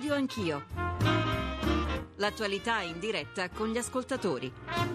Radio Anch'io. L'attualità in diretta con gli ascoltatori.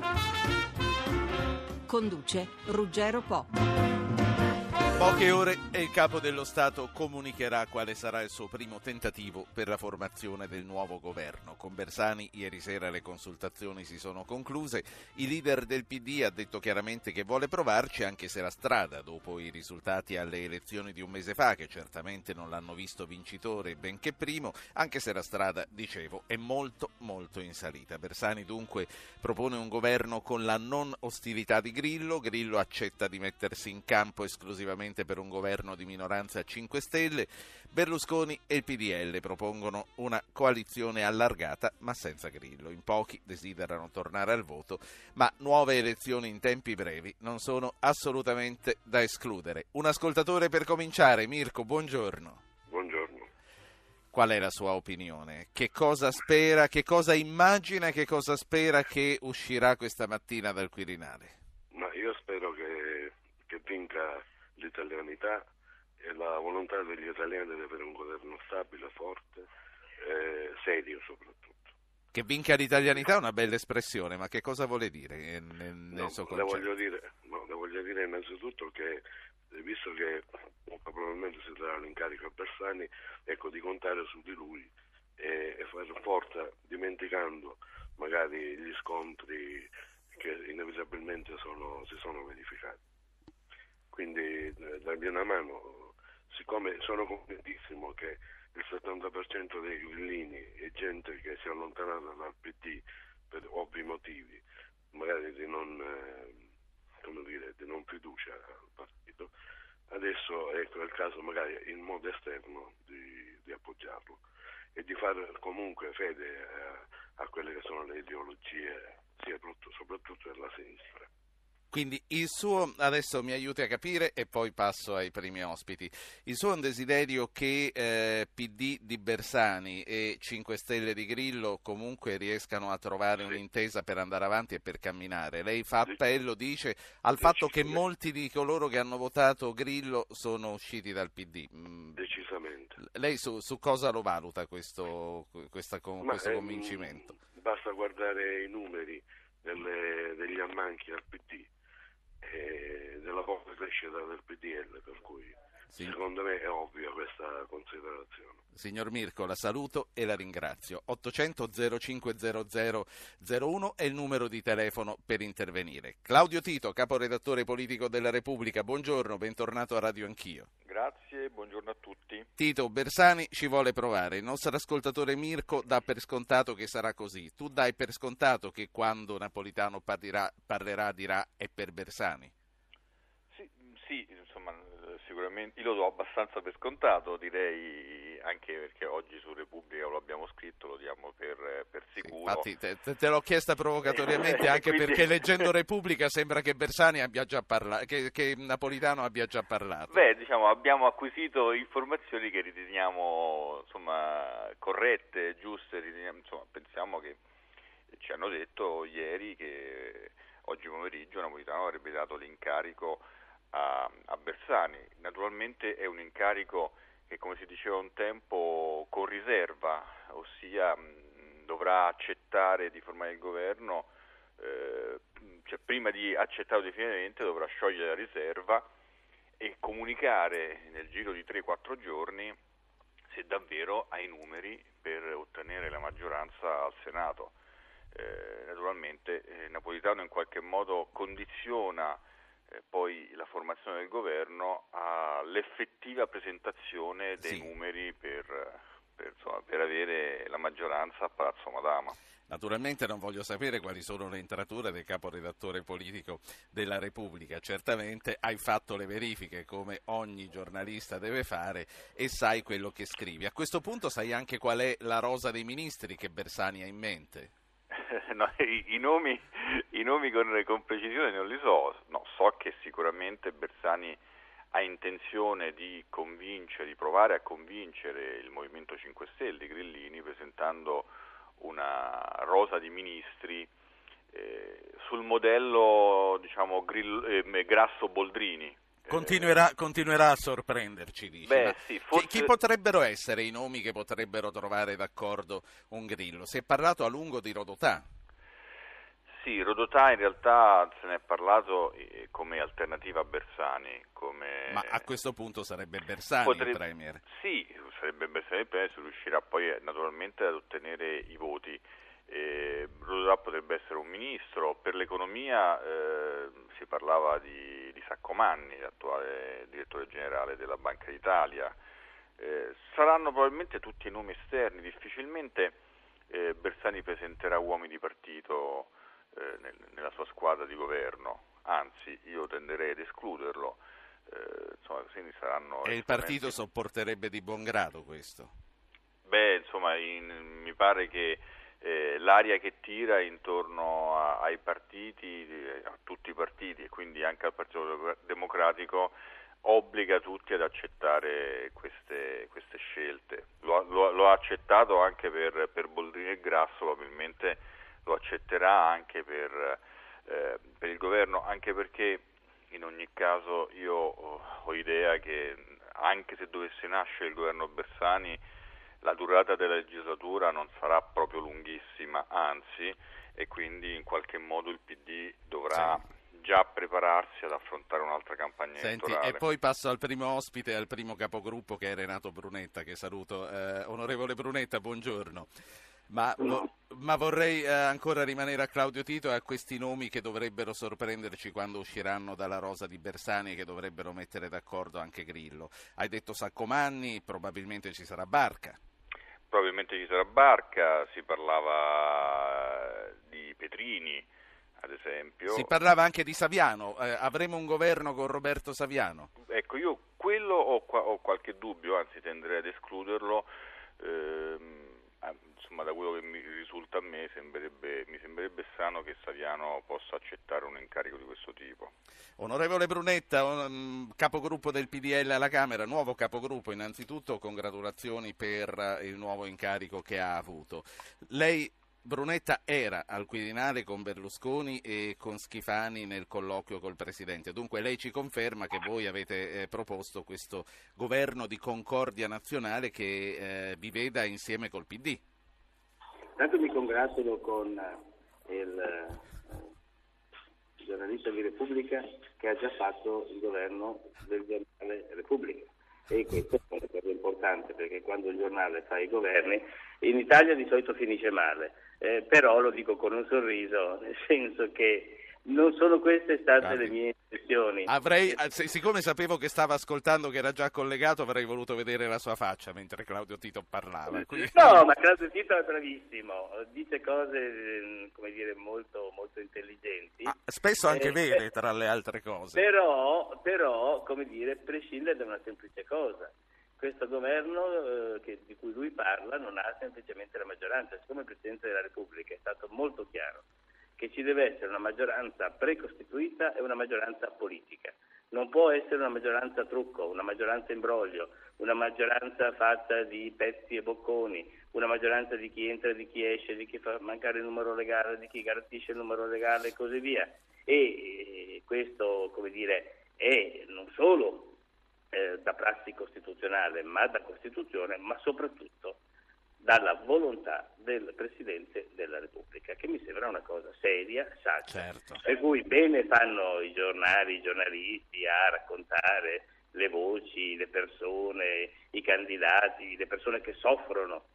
Conduce Ruggero Po. Poche ore e il Capo dello Stato comunicherà quale sarà il suo primo tentativo per la formazione del nuovo governo. Con Bersani ieri sera le consultazioni si sono concluse. Il leader del PD ha detto chiaramente che vuole provarci, anche se la strada, dopo i risultati alle elezioni di un mese fa, che certamente non l'hanno visto vincitore benché primo, anche se la strada, dicevo, è molto in salita. Bersani dunque propone un governo con la non ostilità di Grillo. Grillo accetta di mettersi in campo esclusivamente per un governo di minoranza a 5 Stelle. Berlusconi e il PDL propongono una coalizione allargata ma senza Grillo. In pochi desiderano tornare al voto, ma nuove elezioni in tempi brevi non sono assolutamente da escludere. Un ascoltatore per cominciare. Mirko, buongiorno. Buongiorno. Qual è la sua opinione? Che cosa spera, che cosa immagina, che cosa spera che uscirà questa mattina dal Quirinale? Ma io spero che vinca l'italianità e la volontà degli italiani di avere un governo stabile, forte, serio soprattutto. Che vinca l'italianità è una bella espressione, ma che cosa vuole dire nel suo concetto? Le voglio dire innanzitutto che, visto che probabilmente si darà l'incarico a Bersani, ecco, di contare su di lui e fare forza, dimenticando magari gli scontri che inevitabilmente si sono verificati. Quindi dargli una mano, siccome sono convintissimo che il 70% dei grillini è gente che si è allontanata dal PD per ovvi motivi, magari di non fiducia al partito, adesso ecco, è il caso magari in modo esterno di appoggiarlo e di fare comunque fede a quelle che sono le ideologie, soprattutto della sinistra. Quindi il suo, adesso mi aiuti a capire e poi passo ai primi ospiti, il suo è un desiderio che PD di Bersani e 5 Stelle di Grillo comunque riescano a trovare un'intesa per andare avanti e per camminare. Lei fa appello, dice, al fatto che molti di coloro che hanno votato Grillo sono usciti dal PD. Decisamente. Lei su cosa lo valuta questo convincimento? Basta guardare i numeri degli ammanchi al PD. Della poca crescita del PDL, per cui sì. Secondo me è ovvia questa considerazione. Signor Mirko, la saluto e la ringrazio. 800 0500 01 è il numero di telefono per intervenire. Claudio Tito, caporedattore politico della Repubblica, buongiorno, bentornato a Radio Anch'io. Grazie, buongiorno a tutti. Tito, Bersani ci vuole provare, il nostro ascoltatore Mirko dà per scontato che sarà così. Tu dai per scontato che quando Napolitano parlerà dirà è per Bersani? Sì, insomma, sicuramente io lo do abbastanza per scontato, direi, anche perché oggi su Repubblica lo abbiamo scritto, lo diamo per sicuro. Sì, infatti te l'ho chiesta provocatoriamente anche quindi... perché leggendo Repubblica sembra che Bersani abbia già parlato, che Napolitano abbia già parlato. Beh, diciamo, abbiamo acquisito informazioni che riteniamo, insomma, corrette, giuste, insomma, pensiamo che ci hanno detto ieri che oggi pomeriggio Napolitano avrebbe dato l'incarico a Bersani. Naturalmente è un incarico che, come si diceva un tempo, con riserva, ossia dovrà accettare di formare il governo, cioè prima di accettarlo definitivamente dovrà sciogliere la riserva e comunicare nel giro di 3-4 giorni se davvero ha i numeri per ottenere la maggioranza al Senato. Naturalmente Napolitano in qualche modo condiziona poi la formazione del governo all'effettiva presentazione dei numeri per avere la maggioranza a Palazzo Madama. Naturalmente non voglio sapere quali sono le intrature del caporedattore politico della Repubblica, certamente hai fatto le verifiche come ogni giornalista deve fare e sai quello che scrivi. A questo punto sai anche qual è la rosa dei ministri che Bersani ha in mente? No, i nomi con precisione non li so. No, so che sicuramente Bersani ha intenzione di provare a convincere il Movimento 5 Stelle, i grillini, presentando una rosa di ministri sul modello, diciamo, Grasso-Boldrini, Continuerà a sorprenderci, dice. Beh, sì, forse... Chi potrebbero essere i nomi che potrebbero trovare d'accordo un Grillo? Si è parlato a lungo di Rodotà. Sì, Rodotà in realtà se ne è parlato come alternativa a Bersani. Ma a questo punto sarebbe Bersani il Premier? Sì, sarebbe Bersani il Premier, se riuscirà poi naturalmente ad ottenere i voti. Rodotà potrebbe essere un ministro. Per l'economia si parlava di Saccomanni, l'attuale direttore generale della Banca d'Italia. Saranno probabilmente tutti nomi esterni, difficilmente Bersani presenterà uomini di partito nella sua squadra di governo, anzi io tenderei ad escluderlo, quindi saranno... E il partito sopporterebbe di buon grado questo? Beh, insomma, mi pare che l'aria che tira intorno ai partiti, a tutti i partiti e quindi anche al Partito Democratico, obbliga tutti ad accettare queste scelte. Lo ha accettato anche per Boldrini e Grasso, probabilmente lo accetterà anche per il governo, anche perché in ogni caso io ho idea che anche se dovesse nascere il governo Bersani, la durata della legislatura non sarà proprio lunghissima, anzi, e quindi in qualche modo il PD dovrà già prepararsi ad affrontare un'altra campagna elettorale. E poi passo al primo ospite, al primo capogruppo, che è Renato Brunetta, che saluto. Onorevole Brunetta, buongiorno. Ma vorrei ancora rimanere a Claudio Tito e a questi nomi che dovrebbero sorprenderci quando usciranno dalla rosa di Bersani e che dovrebbero mettere d'accordo anche Grillo. Hai detto Saccomanni, probabilmente ci sarà Barca. Probabilmente ci sarà Barca, si parlava di Petrini, ad esempio. Si parlava anche di Saviano, avremo un governo con Roberto Saviano? Ecco, io quello ho qualche dubbio, anzi tenderei ad escluderlo, insomma da quello che mi risulta a me mi sembrerebbe strano che Saviano possa accettare un incarico di questo tipo. Onorevole Brunetta, capogruppo del PDL alla Camera, nuovo capogruppo, innanzitutto congratulazioni per il nuovo incarico che ha avuto. Lei, Brunetta, era al Quirinale con Berlusconi e con Schifani nel colloquio col Presidente, dunque lei ci conferma che voi avete proposto questo governo di concordia nazionale che vi veda insieme col PD. Tanto mi congratulo con il giornalista di Repubblica che ha già fatto il governo del giornale Repubblica, e questo è una cosa importante, perché quando il giornale fa i governi in Italia di solito finisce male, però lo dico con un sorriso, nel senso che non sono queste state le mie impressioni. Siccome sapevo che stava ascoltando, che era già collegato, avrei voluto vedere la sua faccia mentre Claudio Tito parlava. Quindi... No, ma Claudio Tito è bravissimo, dice cose, come dire, molto, molto intelligenti. Spesso anche vere, tra le altre cose. Però, come dire, prescinde da una semplice cosa. Questo governo di cui lui parla non ha semplicemente la maggioranza. Siccome il Presidente della Repubblica è stato molto chiaro che ci deve essere una maggioranza precostituita e una maggioranza politica. Non può essere una maggioranza trucco, una maggioranza imbroglio, una maggioranza fatta di pezzi e bocconi, una maggioranza di chi entra e di chi esce, di chi fa mancare il numero legale, di chi garantisce il numero legale e così via. E questo, come dire, è non solo da prassi costituzionale, ma da Costituzione, ma soprattutto dalla volontà del Presidente della Repubblica, che mi sembra una cosa seria, saggia. Certo. Per cui bene fanno i giornalisti a raccontare le voci, le persone, i candidati, le persone che soffrono,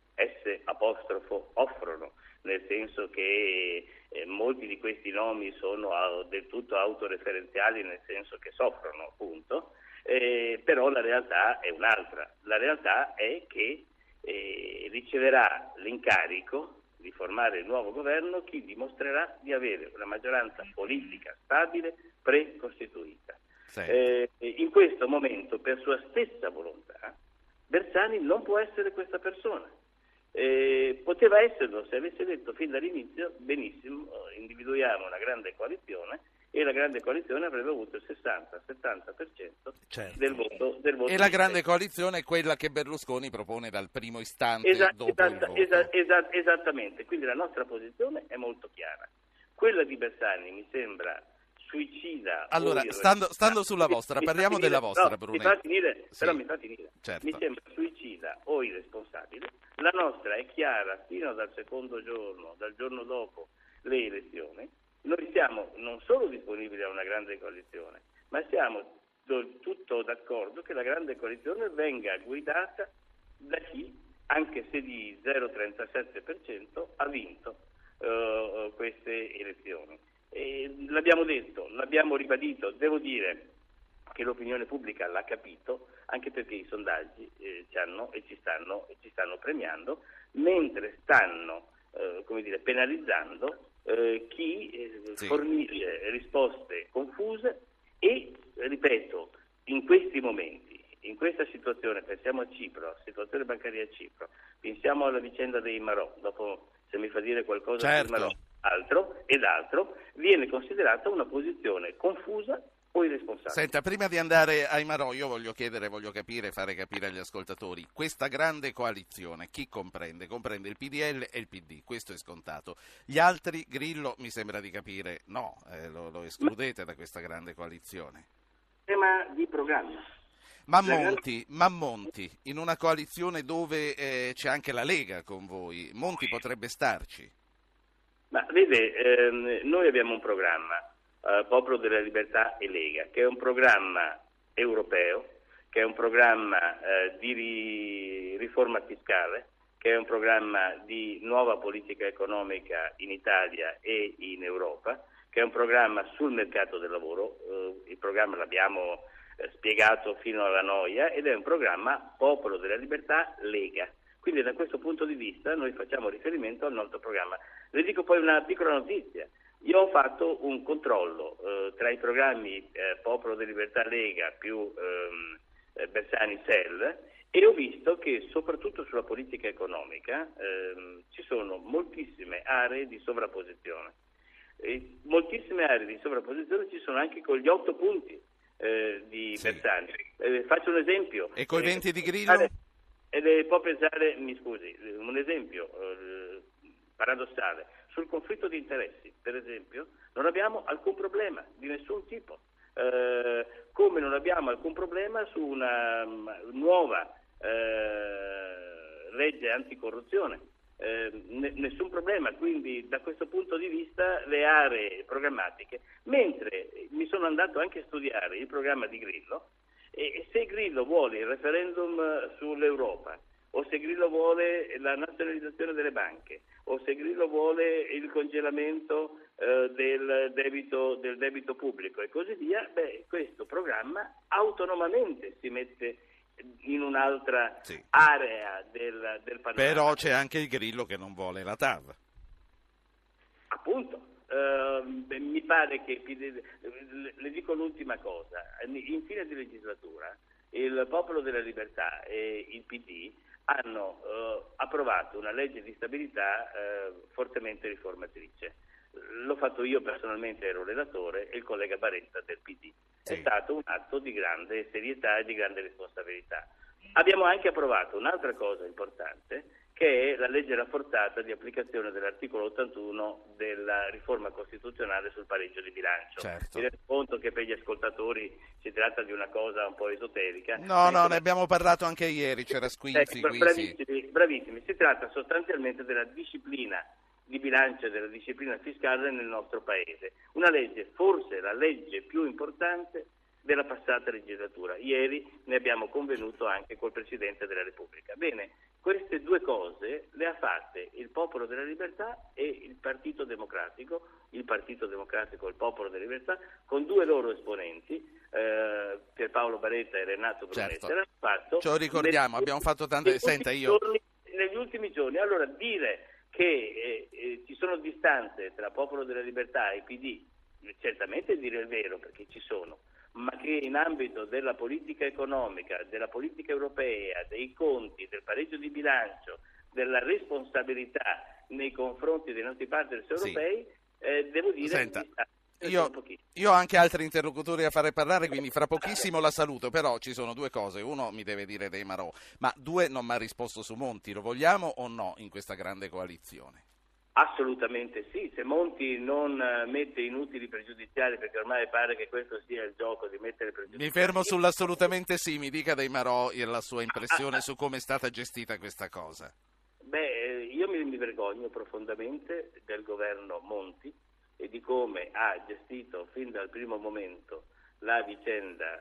offrono, nel senso che molti di questi nomi sono del tutto autoreferenziali, nel senso che soffrono, appunto, però la realtà è un'altra. La realtà è che riceverà l'incarico di formare il nuovo governo chi dimostrerà di avere una maggioranza politica stabile precostituita. In questo momento, per sua stessa volontà, Bersani non può essere questa persona. Poteva esserlo se avesse detto fin dall'inizio: benissimo, individuiamo una grande coalizione, e la grande coalizione avrebbe avuto il 60-70% certo. del voto. E la grande coalizione è quella che Berlusconi propone dal primo istante dopo il voto. Esattamente, quindi la nostra posizione è molto chiara. Quella di Bersani mi sembra suicida. Allora, stando sulla vostra, parliamo della vostra, Brunetta. Però mi fa finire. Certo. Mi sembra suicida o irresponsabile. La nostra è chiara fino dal secondo giorno, dal giorno dopo le elezioni. Noi siamo non solo disponibili a una grande coalizione, ma siamo tutto d'accordo che la grande coalizione venga guidata da chi, anche se di 0,37%, ha vinto queste elezioni. L'abbiamo detto, l'abbiamo ribadito, devo dire che l'opinione pubblica l'ha capito, anche perché i sondaggi ci stanno premiando, mentre stanno penalizzando chi fornisce risposte confuse e, ripeto, in questi momenti, in questa situazione, pensiamo a Cipro, situazione bancaria a Cipro, pensiamo alla vicenda dei Marò, dopo se mi fa dire qualcosa certo. sul Marò, altro, viene considerata una posizione confusa o irresponsabile. Senta, prima di andare ai Marò, io voglio capire, fare capire agli ascoltatori, questa grande coalizione, chi comprende? Comprende il PDL e il PD, questo è scontato. Gli altri, Grillo, mi sembra di capire, no, lo escludete da questa grande coalizione. Tema di programma. Ma Monti, in una coalizione dove c'è anche la Lega con voi, Monti potrebbe starci? Ma vede, noi abbiamo un programma, Popolo della Libertà e Lega, che è un programma europeo, che è un programma di riforma fiscale, che è un programma di nuova politica economica in Italia e in Europa, che è un programma sul mercato del lavoro, il programma l'abbiamo spiegato fino alla noia, ed è un programma Popolo della Libertà Lega. Quindi da questo punto di vista noi facciamo riferimento al nostro programma. Le dico poi una piccola notizia. Io ho fatto un controllo tra i programmi Popolo della Libertà Lega più Bersani Sell, e ho visto che soprattutto sulla politica economica ci sono moltissime aree di sovrapposizione. Moltissime aree di sovrapposizione ci sono anche con gli 8 punti di Bersani. Faccio un esempio. E con i 20 di Grillo? Può pensare, mi scusi, un esempio paradossale, sul conflitto di interessi, per esempio, non abbiamo alcun problema di nessun tipo, come non abbiamo alcun problema su una nuova legge anticorruzione, nessun problema. Quindi da questo punto di vista le aree programmatiche, mentre mi sono andato anche a studiare il programma di Grillo, e se Grillo vuole il referendum sull'Europa, o se Grillo vuole la nazionalizzazione delle banche, o se Grillo vuole il congelamento del debito pubblico e così via, questo programma autonomamente si mette in un'altra area del panorama. Però c'è anche il Grillo che non vuole la TAV. Appunto. Mi pare che, le dico l'ultima cosa, in fine di legislatura il Popolo della Libertà e il PD hanno approvato una legge di stabilità fortemente riformatrice. L'ho fatto io personalmente, ero relatore, e il collega Baretta del PD. È stato un atto di grande serietà e di grande responsabilità. Abbiamo anche approvato un'altra cosa importante, che è la legge rafforzata di applicazione dell'articolo 81 della riforma costituzionale sul pareggio di bilancio. Certo. Mi rendo conto che per gli ascoltatori si tratta di una cosa un po' esoterica. No, ne abbiamo parlato anche ieri, c'era Squinzi qui. Bravissimi, si tratta sostanzialmente della disciplina di bilancio e della disciplina fiscale nel nostro Paese. Una legge, forse la legge più importante della passata legislatura. Ieri ne abbiamo convenuto anche col Presidente della Repubblica. Bene, queste due cose le ha fatte il Popolo della Libertà e il Partito Democratico e il Popolo della Libertà, con due loro esponenti, Pierpaolo Baretta e Renato Brunetta. Certo. Fatto Ce lo ricordiamo, abbiamo fatto tante... negli ultimi giorni. Allora, dire che ci sono distanze tra Popolo della Libertà e PD, certamente dire il vero, perché ci sono, ma che in ambito della politica economica, della politica europea, dei conti, del pareggio di bilancio, della responsabilità nei confronti dei nostri partner europei, devo dire... Senta, io ho anche altri interlocutori a fare parlare, quindi fra pochissimo la saluto, però ci sono due cose. Uno mi deve dire dei Marò, ma due non mi ha risposto su Monti. Lo vogliamo o no in questa grande coalizione? Assolutamente sì, se Monti non mette inutili pregiudiziali, perché ormai pare che questo sia il gioco di mettere pregiudiziali. Mi fermo sull'assolutamente sì, mi dica dei Marò e la sua impressione su come è stata gestita questa cosa. Io mi vergogno profondamente del governo Monti e di come ha gestito fin dal primo momento la vicenda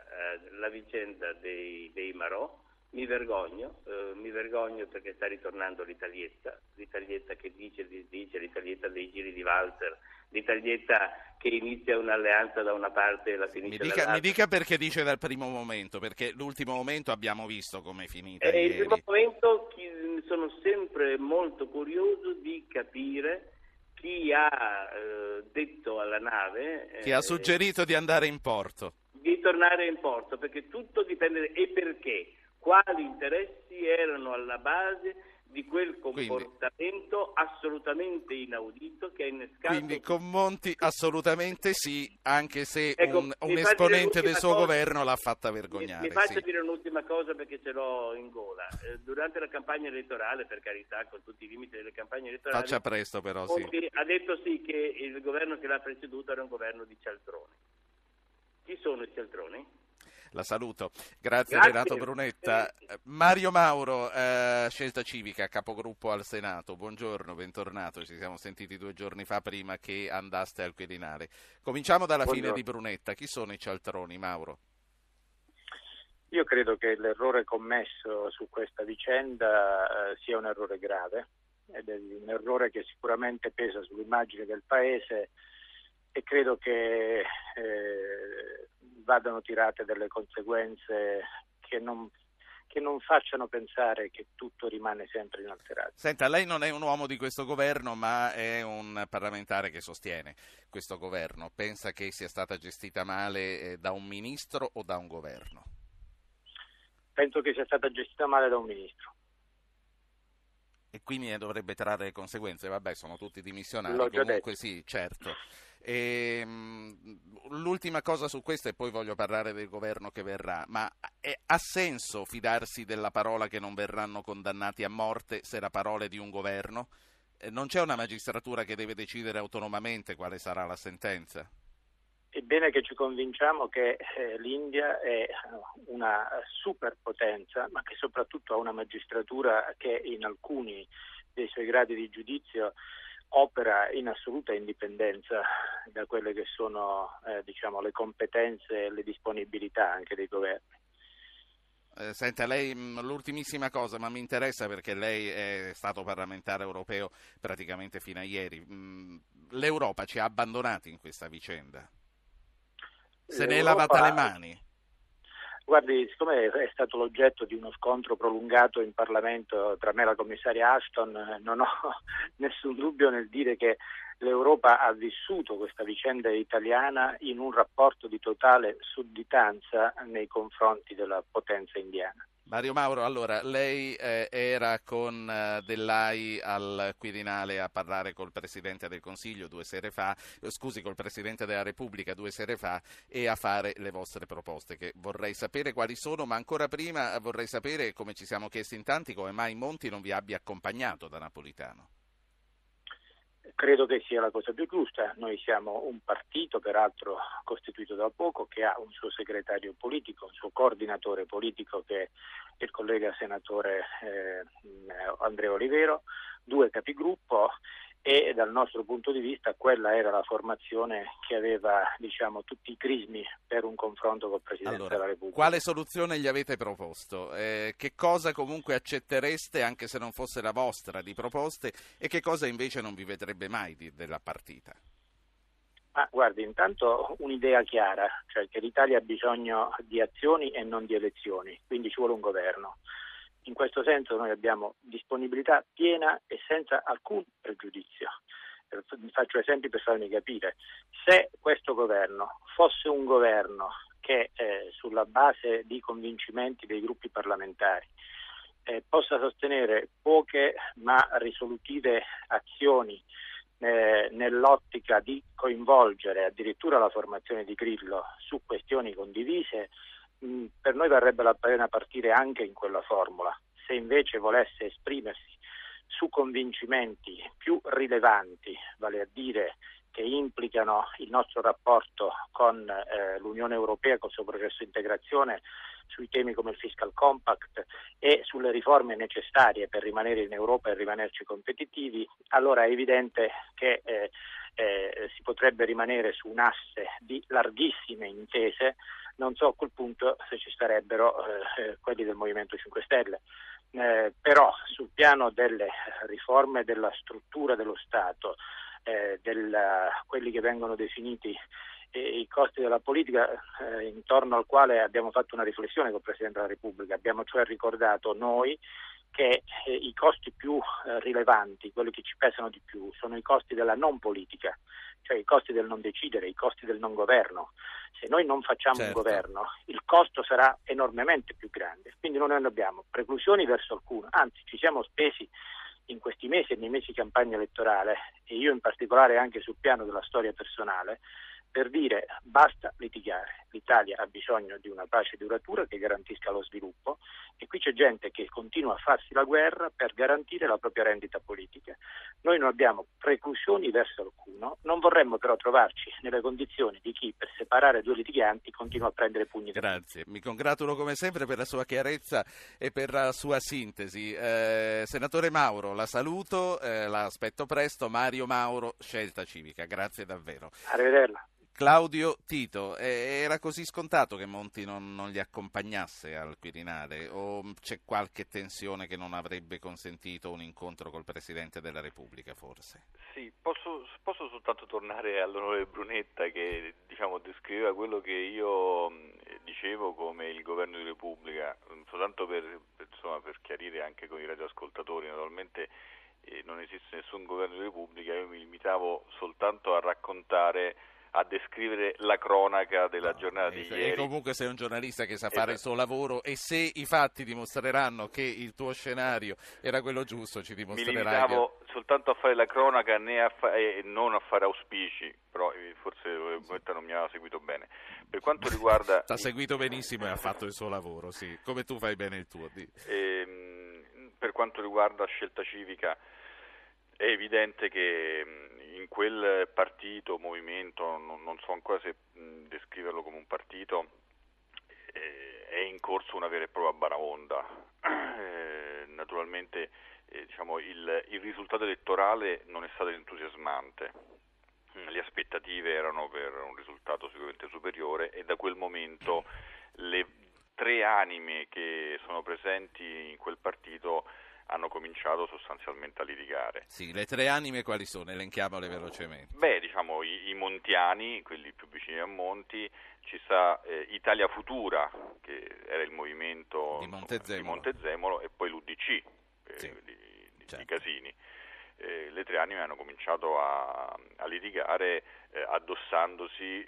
dei Marò. Mi vergogno perché sta ritornando l'Italietta che dice, l'Italietta dei giri di valzer, l'Italietta che inizia un'alleanza da una parte e la finisce dall'altra. Mi dica perché dice dal primo momento, perché l'ultimo momento abbiamo visto come è finita Il ieri. primo momento sono sempre molto curioso di capire chi ha detto alla nave... Chi ha suggerito di andare in porto. Di tornare in porto, perché tutto dipende e perché. Quali interessi erano alla base di quel comportamento assolutamente inaudito che ha innescato... Quindi con Monti assolutamente sì, anche se ecco, un esponente del suo governo l'ha fatta vergognare. Mi faccio dire un'ultima cosa perché ce l'ho in gola. Durante la campagna elettorale, per carità, con tutti i limiti delle campagne elettorali... Faccia presto però, Monti sì. ha detto sì che il governo che l'ha preceduto era un governo di cialtroni. Chi sono i cialtroni? La saluto. Grazie Renato Brunetta. Mario Mauro, Scelta Civica, capogruppo al Senato. Buongiorno, bentornato. Ci siamo sentiti 2 giorni fa prima che andaste al Quirinale. Cominciamo dalla fine di Brunetta. Chi sono i cialtroni, Mauro? Io credo che l'errore commesso su questa vicenda sia un errore grave ed è un errore che sicuramente pesa sull'immagine del Paese e credo che vadano tirate delle conseguenze che non facciano pensare che tutto rimane sempre inalterato. Senta, lei non è un uomo di questo governo, ma è un parlamentare che sostiene questo governo. Pensa che sia stata gestita male da un ministro o da un governo? Penso che sia stata gestita male da un ministro. E quindi ne dovrebbe trarre le conseguenze? Vabbè, sono tutti dimissionari. L'ho già Comunque detto. sì, certo. L'ultima cosa su questo, e poi voglio parlare del governo che verrà, ma ha senso fidarsi della parola che non verranno condannati a morte se la parola è di un governo? Non c'è una magistratura che deve decidere autonomamente quale sarà la sentenza? È bene che ci convinciamo che l'India è una superpotenza, ma che soprattutto ha una magistratura che in alcuni dei suoi gradi di giudizio opera in assoluta indipendenza da quelle che sono le competenze e le disponibilità anche dei governi. Senta, lei l'ultimissima cosa, ma mi interessa perché lei è stato parlamentare europeo praticamente fino a ieri. L'Europa ci ha abbandonati in questa vicenda? Se ne è lavata le mani? Guardi, siccome è stato l'oggetto di uno scontro prolungato in Parlamento tra me e la commissaria Ashton, non ho nessun dubbio nel dire che l'Europa ha vissuto questa vicenda italiana in un rapporto di totale sudditanza nei confronti della potenza indiana. Mario Mauro, allora, lei era con Dell'Ai al Quirinale a parlare col Presidente del Consiglio col Presidente della Repubblica 2 sere fa e a fare le vostre proposte, che vorrei sapere quali sono, ma ancora prima vorrei sapere, come ci siamo chiesti in tanti, come mai Monti non vi abbia accompagnato da Napolitano. Credo che sia la cosa più giusta. Noi siamo un partito, peraltro costituito da poco, che ha un suo segretario politico, un suo coordinatore politico che è il collega senatore Andrea Olivero, 2 capigruppo e dal nostro punto di vista quella era la formazione che aveva tutti i crismi per un confronto col Presidente della Repubblica. Quale soluzione gli avete proposto? Che cosa comunque accettereste anche se non fosse la vostra di proposte e che cosa invece non vi vedrebbe mai della partita? Guardi, intanto un'idea chiara, cioè che l'Italia ha bisogno di azioni e non di elezioni, quindi ci vuole un governo. In questo senso noi abbiamo disponibilità piena e senza alcun pregiudizio. Faccio esempi per farmi capire. Se questo governo fosse un governo che sulla base di convincimenti dei gruppi parlamentari possa sostenere poche ma risolutive azioni nell'ottica di coinvolgere addirittura la formazione di Grillo su questioni condivise, per noi varrebbe la pena partire anche in quella formula. Se invece volesse esprimersi su convincimenti più rilevanti, vale a dire che implicano il nostro rapporto con l'Unione Europea, col suo processo di integrazione, sui temi come il Fiscal Compact e sulle riforme necessarie per rimanere in Europa e rimanerci competitivi, allora è evidente che si potrebbe rimanere su un asse di larghissime intese. Non so a quel punto se ci starebbero quelli del Movimento 5 Stelle. Però sul piano delle riforme della struttura dello Stato, quelli che vengono definiti i costi della politica, intorno al quale abbiamo fatto una riflessione col Presidente della Repubblica, abbiamo cioè ricordato noi che i costi più rilevanti, quelli che ci pesano di più, sono i costi della non politica, cioè i costi del non decidere, i costi del non governo. Se noi non facciamo un governo, il costo sarà enormemente più grande, quindi noi non abbiamo preclusioni verso alcuno, anzi ci siamo spesi in questi mesi e nei mesi di campagna elettorale, e io in particolare anche sul piano della storia personale, per dire basta litigare. L'Italia ha bisogno di una pace duratura che garantisca lo sviluppo, e qui c'è gente che continua a farsi la guerra per garantire la propria rendita politica. Noi non abbiamo preclusioni verso alcuno, non vorremmo però trovarci nelle condizioni di chi per separare due litiganti continua a prendere pugni. Grazie, mi congratulo come sempre per la sua chiarezza e per la sua sintesi. Senatore Mauro, la saluto, la aspetto presto. Mario Mauro, Scelta Civica, grazie davvero. Arrivederla. Claudio Tito, era così scontato che Monti non li accompagnasse al Quirinale, o c'è qualche tensione che non avrebbe consentito un incontro col Presidente della Repubblica forse? Sì, posso soltanto tornare all'onorevole Brunetta che descriveva quello che io dicevo come il governo di Repubblica, soltanto per chiarire anche con i radioascoltatori. Naturalmente non esiste nessun governo di Repubblica, io mi limitavo soltanto a descrivere la cronaca della giornata di ieri. E comunque sei un giornalista che sa fare il suo lavoro, e se i fatti dimostreranno che il tuo scenario era quello giusto, ci dimostrerai. Mi limitavo soltanto a fare la cronaca e non a fare auspici, però forse non mi aveva seguito bene. Per quanto riguarda... T'ha seguito benissimo e ha fatto il suo lavoro, sì, come tu fai bene il tuo. Per quanto riguarda Scelta Civica, è evidente che in quel partito, movimento, non so ancora se descriverlo come un partito, è in corso una vera e propria baraonda. Naturalmente il risultato elettorale non è stato entusiasmante, le aspettative erano per un risultato sicuramente superiore, e da quel momento le tre anime che sono presenti in quel partito hanno cominciato sostanzialmente a litigare. Sì, le tre anime quali sono? Elenchiamole velocemente. I montiani, quelli più vicini a Monti, ci sta Italia Futura, che era il movimento di Montezemolo, e poi l'UDC di Casini. Le tre anime hanno cominciato a litigare addossandosi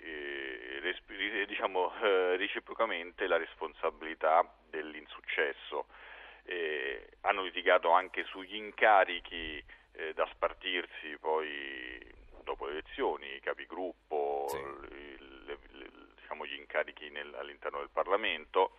reciprocamente la responsabilità dell'insuccesso. Hanno litigato anche sugli incarichi da spartirsi poi dopo le elezioni, i capigruppo, gli incarichi all'interno del Parlamento.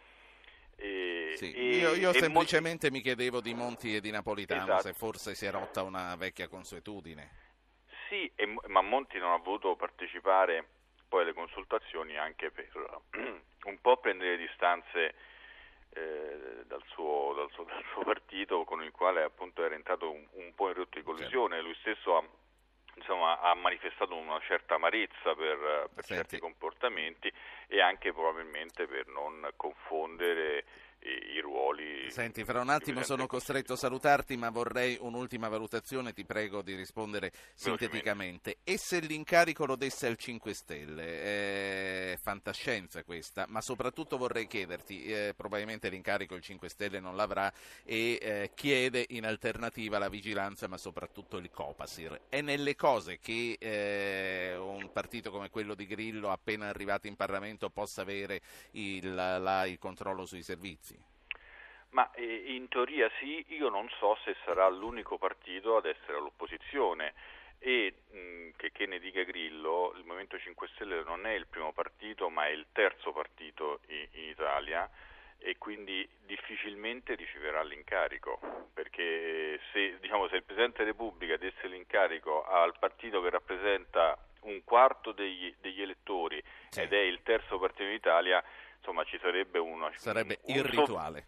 Io semplicemente mi chiedevo di Monti e di Napolitano, esatto, se forse si è rotta una vecchia consuetudine. Sì, ma Monti non ha voluto partecipare poi alle consultazioni anche per un po' prendere distanze dal suo partito, con il quale appunto era entrato un po' in rotto di collisione. Certo. Lui stesso ha manifestato una certa amarezza per certi comportamenti, e anche probabilmente per non confondere i ruoli. Senti, fra un attimo sono costretto a salutarti, ma vorrei un'ultima valutazione, ti prego di rispondere sinteticamente. E se l'incarico lo desse al 5 Stelle? Fantascienza questa, ma soprattutto vorrei chiederti, probabilmente l'incarico il 5 Stelle non l'avrà, e chiede in alternativa la vigilanza, ma soprattutto il Copasir. È nelle cose che un partito come quello di Grillo, appena arrivato in Parlamento, possa avere il controllo sui servizi? Ma in teoria sì, io non so se sarà l'unico partito ad essere all'opposizione, e che ne dica Grillo, il Movimento 5 Stelle non è il primo partito, ma è il terzo partito in Italia, e quindi difficilmente riceverà l'incarico, perché se il Presidente della Repubblica desse l'incarico al partito che rappresenta un quarto degli elettori, sì, ed è il terzo partito in Italia, insomma ci sarebbe sarebbe irrituale.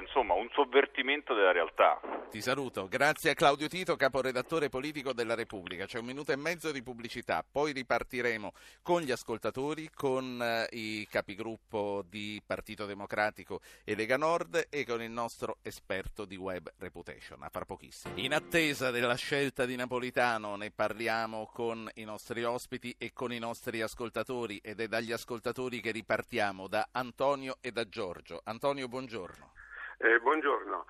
Un sovvertimento della realtà. Ti saluto, grazie a Claudio Tito, caporedattore politico della Repubblica. C'è 1 minuto e mezzo di pubblicità, poi ripartiremo con gli ascoltatori, con i capigruppo di Partito Democratico e Lega Nord e con il nostro esperto di Web Reputation. A fra pochissimo. In attesa della scelta di Napolitano ne parliamo con i nostri ospiti e con i nostri ascoltatori, ed è dagli ascoltatori che ripartiamo, da Antonio e da Giorgio. Antonio, buongiorno. Buongiorno,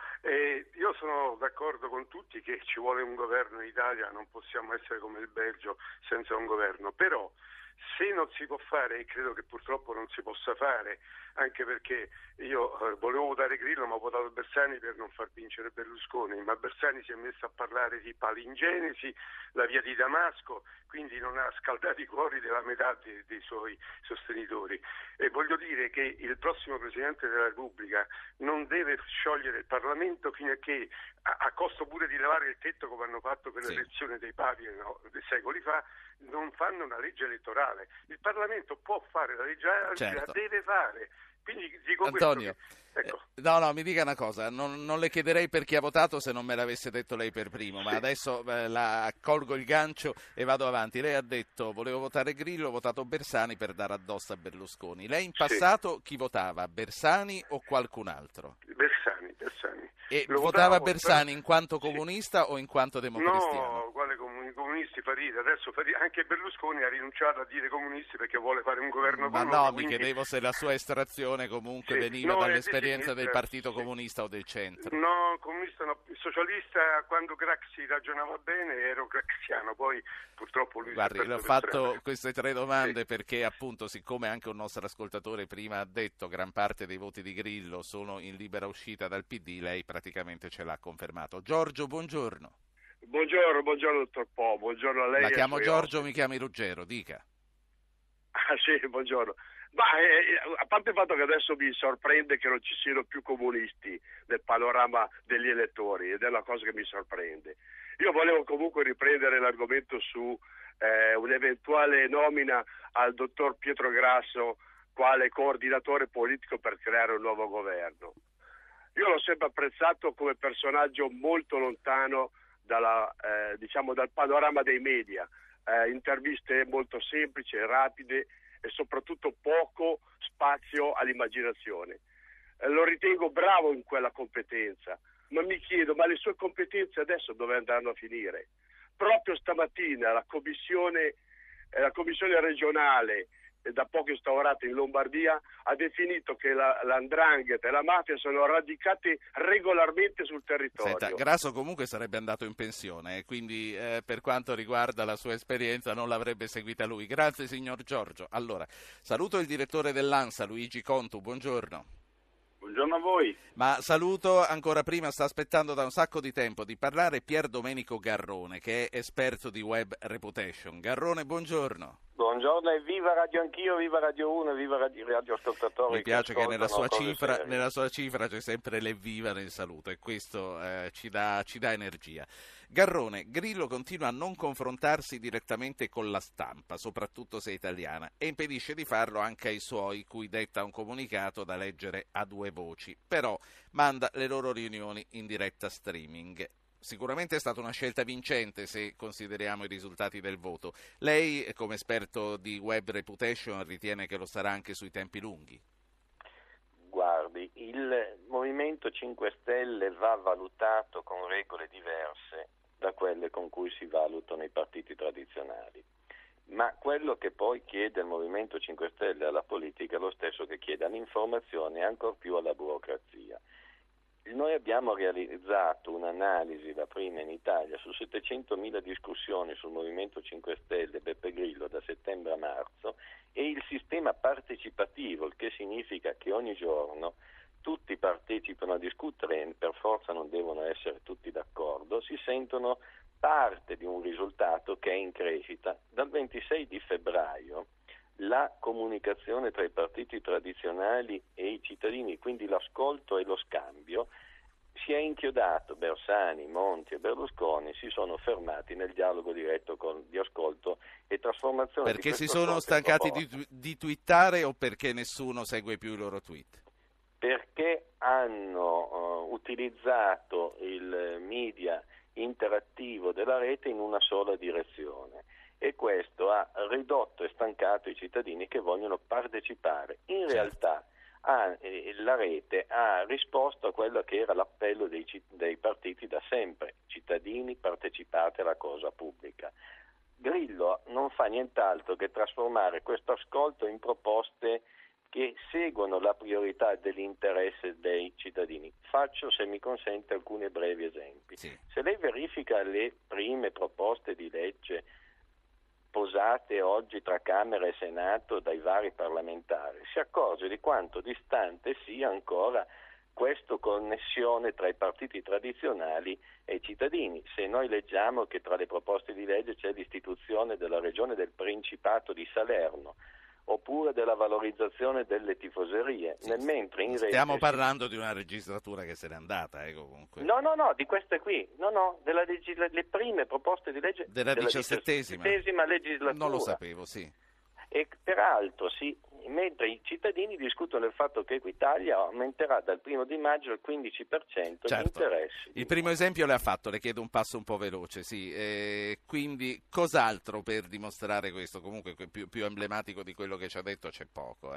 io sono d'accordo con tutti che ci vuole un governo in Italia, non possiamo essere come il Belgio senza un governo, però se non si può fare, e credo che purtroppo non si possa fare, anche perché io volevo votare Grillo ma ho votato Bersani per non far vincere Berlusconi, ma Bersani si è messo a parlare di palingenesi, la via di Damasco, quindi non ha scaldato i cuori della metà dei suoi sostenitori, e voglio dire che il prossimo Presidente della Repubblica non deve sciogliere il Parlamento fino a che, a costo pure di levare il tetto come hanno fatto per l'elezione dei papi secoli fa, non fanno una legge elettorale. Il Parlamento può fare la legge elettorale, certo, la deve fare. Quindi dico Antonio, ecco. No, mi dica una cosa, non le chiederei per chi ha votato se non me l'avesse detto lei per primo, ma adesso colgo il gancio e vado avanti. Lei ha detto volevo votare Grillo, ho votato Bersani per dare addosso a Berlusconi. Lei in passato chi votava, Bersani o qualcun altro? Bersani. E votava Bersani in quanto comunista o in quanto democristiano? No, quale comunisti fa ridere. Adesso anche Berlusconi ha rinunciato a dire comunisti perché vuole fare un governo con loro. Ma no, quindi... mi chiedevo se la sua estrazione comunque veniva dall'esperienza del Partito Comunista o del centro. No, comunista no. Socialista, quando Craxi ragionava bene ero craxiano, poi purtroppo lui Guardi, le ho fatto queste 3 domande perché appunto, siccome anche un nostro ascoltatore prima ha detto gran parte dei voti di Grillo sono in libera uscita dal PD, lei praticamente ce l'ha confermato. Giorgio, buongiorno. Buongiorno dottor Po, buongiorno a lei. La chiamo Giorgio, mi chiami Ruggero, dica. Ah sì, buongiorno. Ma a parte il fatto che adesso mi sorprende che non ci siano più comunisti nel panorama degli elettori, ed è una cosa che mi sorprende. Io volevo comunque riprendere l'argomento su un'eventuale nomina al dottor Pietro Grasso quale coordinatore politico per creare un nuovo governo. Io l'ho sempre apprezzato come personaggio molto lontano dal panorama dei media, interviste molto semplici, rapide e soprattutto poco spazio all'immaginazione. Lo ritengo bravo in quella competenza, ma mi chiedo, ma le sue competenze adesso dove andranno a finire? Proprio stamattina la commissione regionale da poco instaurata in Lombardia ha definito che l''ndrangheta e la mafia sono radicate regolarmente sul territorio. Senta, Grasso comunque sarebbe andato in pensione, quindi per quanto riguarda la sua esperienza non l'avrebbe seguita lui. Grazie signor Giorgio. Allora, saluto il direttore dell'ANSA, Luigi Contu, buongiorno. Buongiorno a voi. Ma saluto ancora prima, sta aspettando da un sacco di tempo di parlare Pier Domenico Garrone, che è esperto di Web Reputation. Garrone, buongiorno. Buongiorno e viva Radio Anch'io, viva Radio 1, viva Radio Ascoltatori. Mi piace che nella sua cifra c'è sempre l'evviva nel saluto e questo ci dà energia. Garrone, Grillo continua a non confrontarsi direttamente con la stampa, soprattutto se italiana, e impedisce di farlo anche ai suoi, cui detta un comunicato da leggere a 2 voci, però manda le loro riunioni in diretta streaming. Sicuramente è stata una scelta vincente se consideriamo i risultati del voto. Lei, come esperto di Web Reputation, ritiene che lo sarà anche sui tempi lunghi? Guardi, il Movimento 5 Stelle va valutato con regole diverse da quelle con cui si valutano i partiti tradizionali. Ma quello che poi chiede il Movimento 5 Stelle alla politica è lo stesso che chiede all'informazione e ancor più alla burocrazia. Noi abbiamo realizzato un'analisi, la prima in Italia, su 700.000 discussioni sul Movimento 5 Stelle e Beppe Grillo da settembre a marzo, e il sistema partecipativo, il che significa che ogni giorno tutti partecipano a discutere e per forza non devono essere tutti d'accordo, si sentono parte di un risultato che è in crescita. Dal 26 di febbraio la comunicazione tra i partiti tradizionali e i cittadini, quindi l'ascolto e lo scambio, si è inchiodato. Bersani, Monti e Berlusconi si sono fermati nel dialogo diretto di ascolto e trasformazione. Perché di si questo sono ascolto stancati di twittare o perché nessuno segue più i loro tweet? Perché hanno utilizzato il media interattivo della rete in una sola direzione, e questo ha ridotto e stancato i cittadini che vogliono partecipare. In realtà la rete ha risposto a quello che era l'appello dei partiti da sempre: cittadini, partecipate alla cosa pubblica. Grillo non fa nient'altro che trasformare questo ascolto in proposte che seguono la priorità dell'interesse dei cittadini. Faccio, se mi consente, alcuni brevi esempi. Sì. Se lei verifica le prime proposte di legge posate oggi tra Camera e Senato dai vari parlamentari, si accorge di quanto distante sia ancora questa connessione tra i partiti tradizionali e i cittadini. Se noi leggiamo che tra le proposte di legge c'è l'istituzione della regione del Principato di Salerno, oppure della valorizzazione delle tifoserie, mentre in rete stiamo parlando di una legislatura che se n'è andata, comunque. No, di queste qui, le prime proposte di legge della 17ª legislatura. Non lo sapevo, sì. E peraltro mentre i cittadini discutono del fatto che Equitalia aumenterà dal 1 di maggio al 15% gli interessi. Il primo esempio le ha fatto, le chiedo un passo un po' veloce, sì. Quindi cos'altro per dimostrare questo? Comunque più emblematico di quello che ci ha detto c'è poco.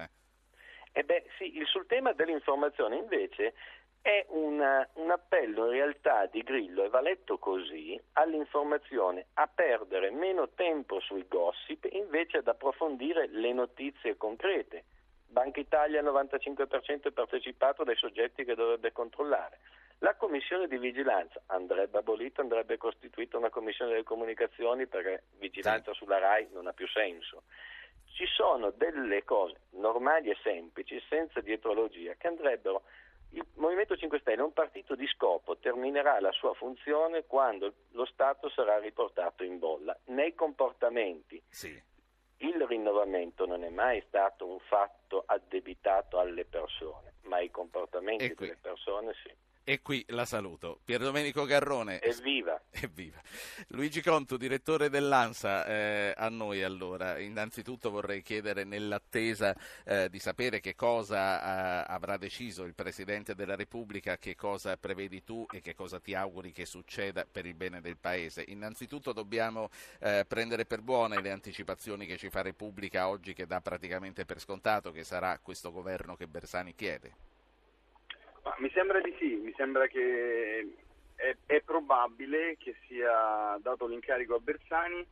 Sul tema dell'informazione invece è un appello in realtà di Grillo, e va letto così, all'informazione, a perdere meno tempo sui gossip invece ad approfondire le notizie concrete. Banca Italia al 95% è partecipato dai soggetti che dovrebbe controllare. La commissione di vigilanza andrebbe abolita, andrebbe costituita una commissione delle comunicazioni, perché vigilanza sulla RAI non ha più senso. Ci sono delle cose normali e semplici, senza dietrologia, che andrebbero. Il Movimento 5 Stelle è un partito di scopo, terminerà la sua funzione quando lo Stato sarà riportato in bolla. Nei comportamenti, il rinnovamento non è mai stato un fatto addebitato alle persone, ma i comportamenti delle persone sì. E qui la saluto. Pierdomenico Garrone. Evviva! Luigi Contu, direttore dell'ANSA, a noi allora. Innanzitutto vorrei chiedere, nell'attesa di sapere che cosa avrà deciso il Presidente della Repubblica, che cosa prevedi tu e che cosa ti auguri che succeda per il bene del Paese. Innanzitutto dobbiamo prendere per buone le anticipazioni che ci fa Repubblica oggi, che dà praticamente per scontato che sarà questo governo che Bersani chiede. Ma mi sembra di sì, mi sembra che è probabile che sia dato l'incarico a Bersani,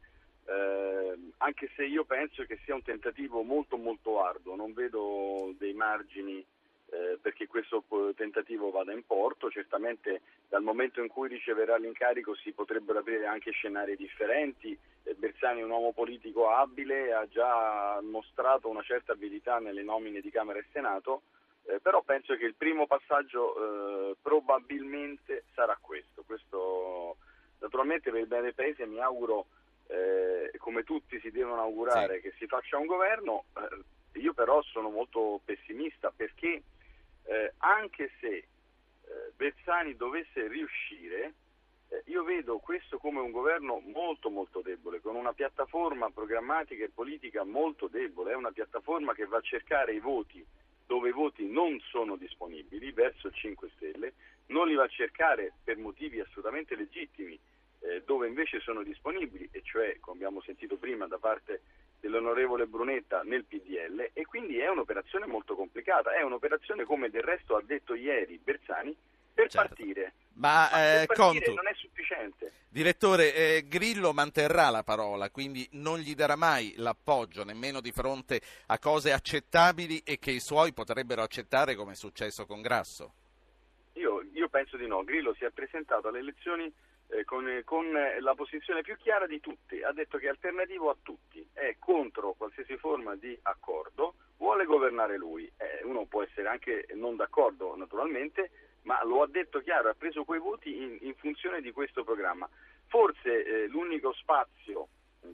anche se io penso che sia un tentativo molto molto arduo, non vedo dei margini perché questo tentativo vada in porto. Certamente dal momento in cui riceverà l'incarico si potrebbero aprire anche scenari differenti. Bersani è un uomo politico abile, ha già mostrato una certa abilità nelle nomine di Camera e Senato. Però penso che il primo passaggio probabilmente sarà questo. Naturalmente per il bene del Paese mi auguro, come tutti si devono augurare, che si faccia un governo. Io però sono molto pessimista, perché anche se Bersani dovesse riuscire, io vedo questo come un governo molto molto debole, con una piattaforma programmatica e politica molto debole. È una piattaforma che va a cercare i voti dove i voti non sono disponibili, verso il 5 Stelle, non li va a cercare per motivi assolutamente legittimi, dove invece sono disponibili, e cioè, come abbiamo sentito prima, da parte dell'onorevole Brunetta nel PDL, e quindi è un'operazione molto complicata, è un'operazione, come del resto ha detto ieri Bersani, per partire. Ma per partire Contu, non è sufficiente. Direttore, Grillo manterrà la parola, quindi non gli darà mai l'appoggio, nemmeno di fronte a cose accettabili e che i suoi potrebbero accettare, come è successo con Grasso? Io penso di no. Grillo si è presentato alle elezioni con la posizione più chiara di tutti, ha detto che è alternativo a tutti, è contro qualsiasi forma di accordo, vuole governare lui. Uno può essere anche non d'accordo naturalmente, ma lo ha detto chiaro, ha preso quei voti in funzione di questo programma. Forse l'unico spazio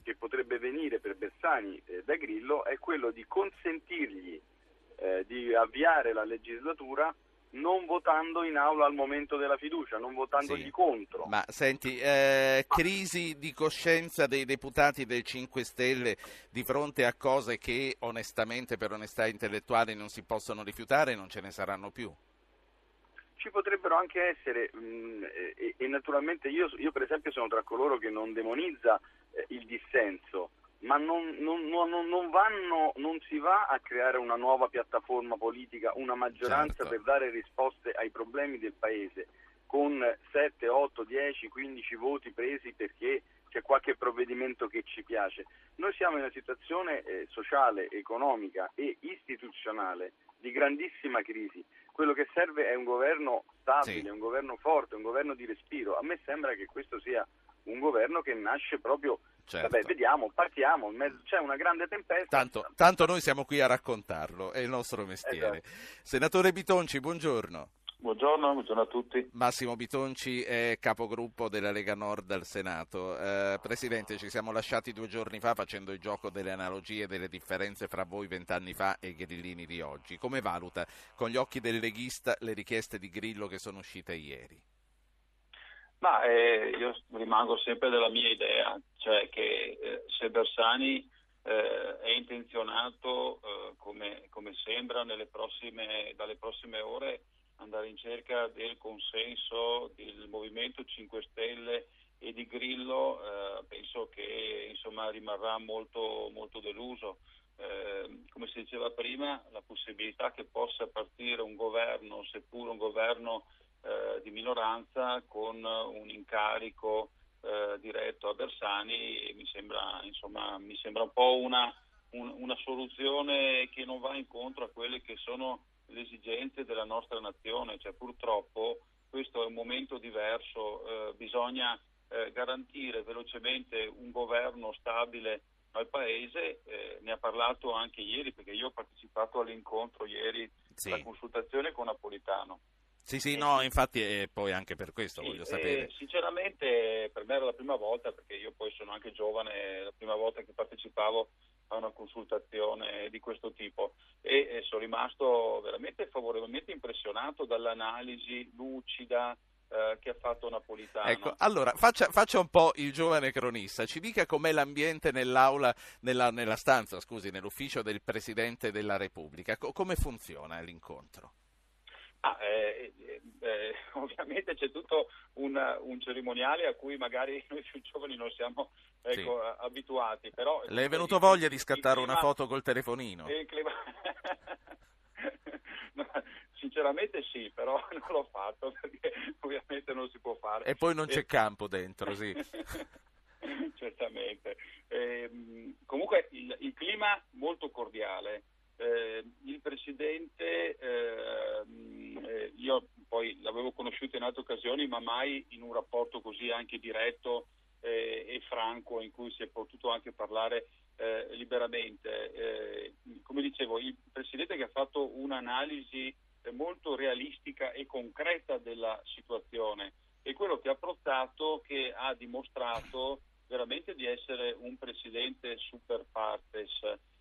che potrebbe venire per Bersani da Grillo è quello di consentirgli di avviare la legislatura non votando in aula al momento della fiducia, non votandogli contro. Ma senti, crisi di coscienza dei deputati del 5 Stelle di fronte a cose che onestamente, per onestà intellettuale, non si possono rifiutare, non ce ne saranno più? Ci potrebbero anche essere, e naturalmente io per esempio sono tra coloro che non demonizza il dissenso, ma non si va a creare una nuova piattaforma politica, una maggioranza per dare risposte ai problemi del Paese con 7, 8, 10, 15 voti presi perché c'è qualche provvedimento che ci piace. Noi siamo in una situazione sociale, economica e istituzionale di grandissima crisi. Quello che serve è un governo stabile, un governo forte, un governo di respiro. A me sembra che questo sia un governo che nasce proprio... Vabbè, vediamo, partiamo, c'è una grande tempesta. Tanto noi siamo qui a raccontarlo, è il nostro mestiere. Esatto. Senatore Bitonci, buongiorno. Buongiorno a tutti. Massimo Bitonci è capogruppo della Lega Nord al Senato. Presidente, ci siamo lasciati 2 giorni fa facendo il gioco delle analogie e delle differenze fra voi 20 anni fa e i grillini di oggi. Come valuta con gli occhi del leghista le richieste di Grillo che sono uscite ieri? Io rimango sempre della mia idea, cioè che se Bersani è intenzionato, come sembra, dalle prossime ore andare in cerca del consenso del Movimento 5 Stelle e di Grillo, penso che rimarrà molto, molto deluso. Come si diceva prima, la possibilità che possa partire un governo, seppur un governo di minoranza, con un incarico diretto a Bersani, mi sembra un po' una soluzione che non va incontro a quelle che sono le esigenze della nostra nazione. Cioè, purtroppo questo è un momento diverso, bisogna garantire velocemente un governo stabile al Paese. Ne ha parlato anche ieri, perché io ho partecipato all'incontro ieri, alla consultazione con Napolitano. No, infatti, e poi anche per questo voglio sapere. Sinceramente per me era la prima volta, perché io poi sono anche giovane, la prima volta che partecipavo a una consultazione di questo tipo, e sono rimasto veramente favorevolmente impressionato dall'analisi lucida che ha fatto Napolitano. Ecco, allora faccia un po' il giovane cronista, ci dica com'è l'ambiente nell'aula, nell'ufficio del Presidente della Repubblica, come funziona l'incontro? Ovviamente c'è tutto un cerimoniale a cui magari noi più giovani non siamo abituati, però le è venuto voglia di scattare una foto col telefonino? No, sinceramente sì, però non l'ho fatto perché ovviamente non si può fare. E poi non c'è campo dentro, sì. Certamente. Comunque il clima molto cordiale. Il Presidente, io poi l'avevo conosciuto in altre occasioni, ma mai in un rapporto così anche diretto e franco, in cui si è potuto anche parlare liberamente. Come dicevo, il Presidente che ha fatto un'analisi molto realistica e concreta della situazione, e quello che ha approcciato, che ha dimostrato veramente di essere un Presidente super partes.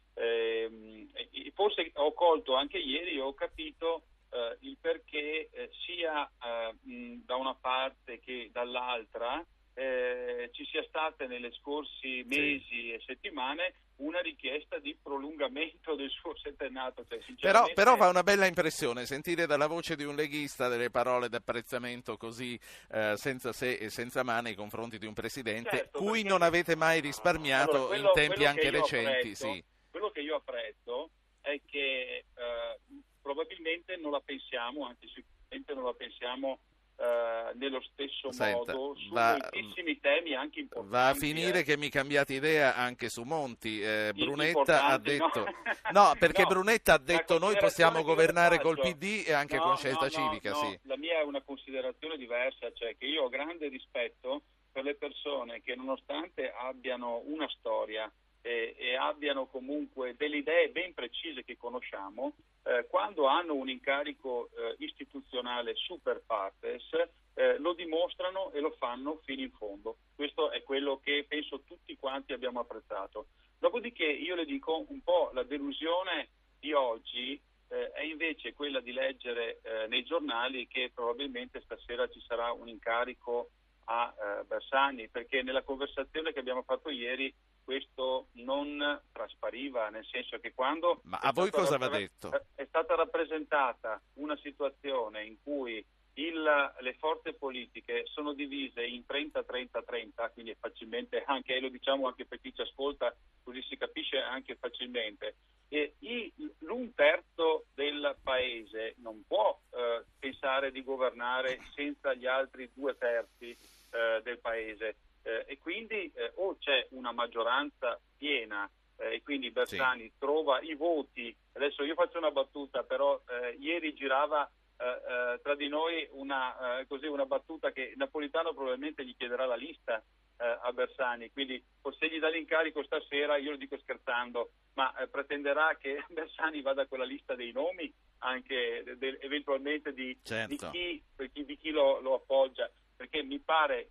Forse ho colto anche ieri, ho capito il perché sia da una parte che dall'altra ci sia stata nelle scorsi mesi e settimane una richiesta di prolungamento del suo settennato. Cioè, però fa una bella impressione sentire dalla voce di un leghista delle parole d'apprezzamento così senza se e senza ma nei confronti di un Presidente cui non avete mai risparmiato in tempi anche recenti. Quello che io apprezzo è che probabilmente non la pensiamo, anzi sicuramente non la pensiamo nello stesso modo su moltissimi temi anche importanti. Va a finire che mi cambiate idea anche su Monti. Brunetta ha detto Brunetta ha detto noi possiamo governare col PD e anche con Scelta Civica. Sì. La mia è una considerazione diversa, cioè che io ho grande rispetto per le persone che, nonostante abbiano una storia, e abbiano comunque delle idee ben precise che conosciamo, quando hanno un incarico istituzionale super partes, lo dimostrano e lo fanno fino in fondo. Questo è quello che penso tutti quanti abbiamo apprezzato. Dopodiché io le dico un po' la delusione di oggi è invece quella di leggere nei giornali che probabilmente stasera ci sarà un incarico a Bersani, perché nella conversazione che abbiamo fatto ieri questo non traspariva, nel senso che quando Ma a voi cosa va detto? È stata rappresentata una situazione in cui le forze politiche sono divise in 30-30-30, quindi è facilmente, anche lo diciamo anche per chi ci ascolta, così si capisce anche facilmente, e l'un terzo del paese non può pensare di governare senza gli altri 2/3 del paese, e quindi o c'è una maggioranza piena e quindi Bersani trova i voti. Adesso io faccio una battuta, però ieri girava tra di noi una battuta che Napolitano probabilmente gli chiederà la lista a Bersani, quindi se gli dà l'incarico stasera, io lo dico scherzando, ma pretenderà che Bersani vada a quella lista dei nomi anche eventualmente di chi lo appoggia, perché mi pare